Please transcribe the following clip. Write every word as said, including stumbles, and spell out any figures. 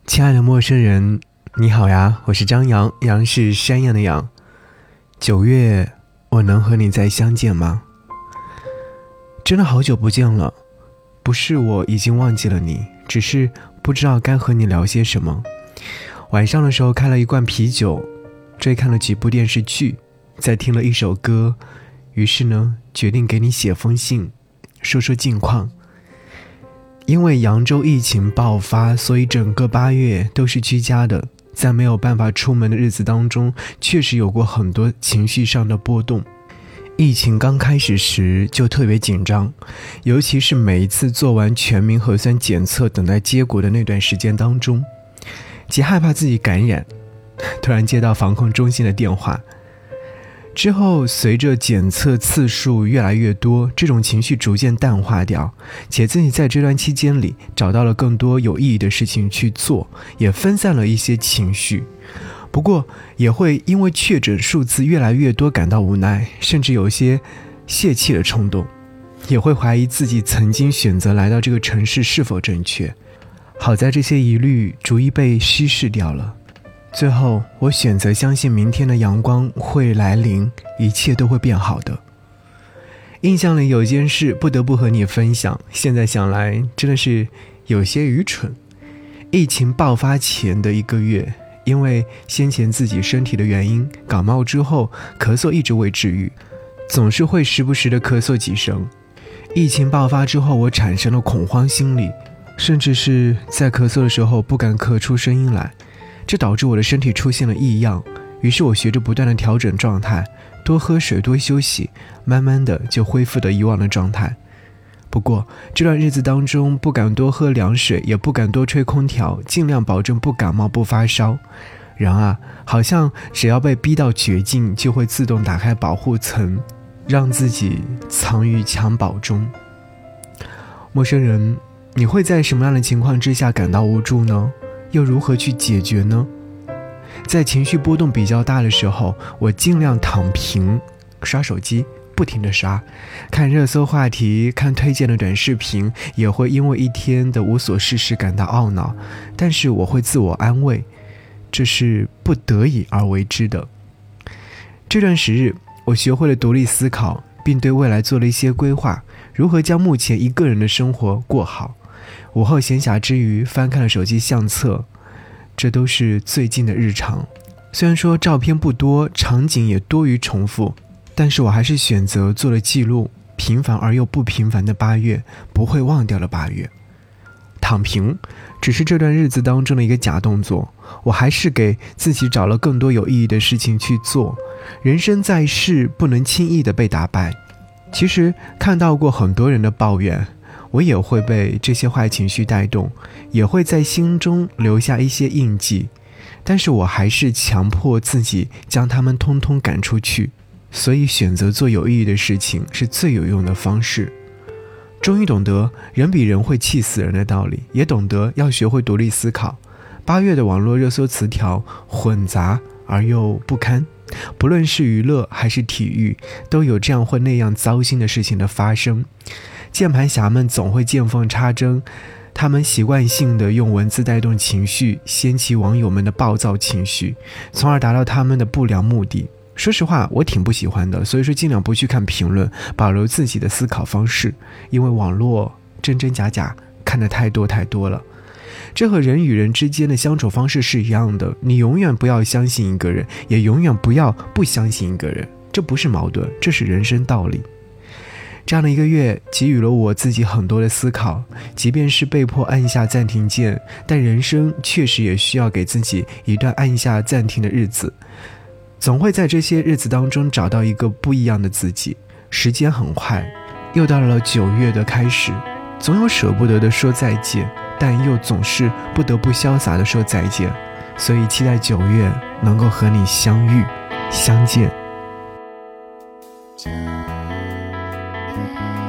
亲爱的陌生人，你好呀，我是张扬，杨是山羊的羊。九月，我能和你再相见吗？真的好久不见了，不是我已经忘记了你，只是不知道该和你聊些什么。晚上的时候开了一罐啤酒，追看了几部电视剧，再听了一首歌，于是呢，决定给你写封信，说说近况。因为扬州疫情爆发，所以整个八月都是居家的，在没有办法出门的日子当中，确实有过很多情绪上的波动。疫情刚开始时就特别紧张，尤其是每一次做完全民核酸检测等待结果的那段时间当中，极害怕自己感染。突然接到防控中心的电话之后，随着检测次数越来越多，这种情绪逐渐淡化掉，且自己在这段期间里找到了更多有意义的事情去做，也分散了一些情绪。不过也会因为确诊数字越来越多感到无奈，甚至有些泄气的冲动，也会怀疑自己曾经选择来到这个城市是否正确。好在这些疑虑逐一被稀释掉了。最后我选择相信明天的阳光会来临，一切都会变好的。印象里有件事不得不和你分享，现在想来真的是有些愚蠢。疫情爆发前的一个月，因为先前自己身体的原因，感冒之后咳嗽一直未治愈，总是会时不时的咳嗽几声。疫情爆发之后，我产生了恐慌心理，甚至是在咳嗽的时候不敢咳出声音来，这导致我的身体出现了异样。于是我学着不断的调整状态，多喝水，多休息，慢慢的就恢复了以往的状态。不过这段日子当中，不敢多喝凉水，也不敢多吹空调，尽量保证不感冒不发烧。然而好像只要被逼到绝境，就会自动打开保护层，让自己藏于襁褓中。陌生人，你会在什么样的情况之下感到无助呢？又如何去解决呢？在情绪波动比较大的时候，我尽量躺平，刷手机，不停地刷，看热搜话题，看推荐的短视频，也会因为一天的无所事事感到懊恼，但是我会自我安慰，这是不得已而为之的。这段时日，我学会了独立思考，并对未来做了一些规划，如何将目前一个人的生活过好。午后闲暇之余，翻看了手机相册，这都是最近的日常。虽然说照片不多，场景也多于重复，但是我还是选择做了记录。平凡而又不平凡的八月，不会忘掉了八月。躺平只是这段日子当中的一个假动作，我还是给自己找了更多有意义的事情去做。人生在世，不能轻易的被打败。其实看到过很多人的抱怨，我也会被这些坏情绪带动，也会在心中留下一些印记，但是我还是强迫自己将它们通通赶出去。所以选择做有意义的事情是最有用的方式。终于懂得人比人会气死人的道理，也懂得要学会独立思考。八月的网络热搜词条混杂而又不堪，不论是娱乐还是体育，都有这样或那样糟心的事情的发生。键盘侠们总会见缝插针，他们习惯性的用文字带动情绪，掀起网友们的暴躁情绪，从而达到他们的不良目的。说实话，我挺不喜欢的，所以说尽量不去看评论，保留自己的思考方式，因为网络真真假假看得太多太多了。这和人与人之间的相处方式是一样的，你永远不要相信一个人，也永远不要不相信一个人，这不是矛盾，这是人生道理。这样的一个月给予了我自己很多的思考，即便是被迫按下暂停键，但人生确实也需要给自己一段按下暂停的日子，总会在这些日子当中找到一个不一样的自己。时间很快，又到了九月的开始，总有舍不得的说再见，但又总是不得不潇洒的说再见，所以期待九月能够和你相遇相见。 九月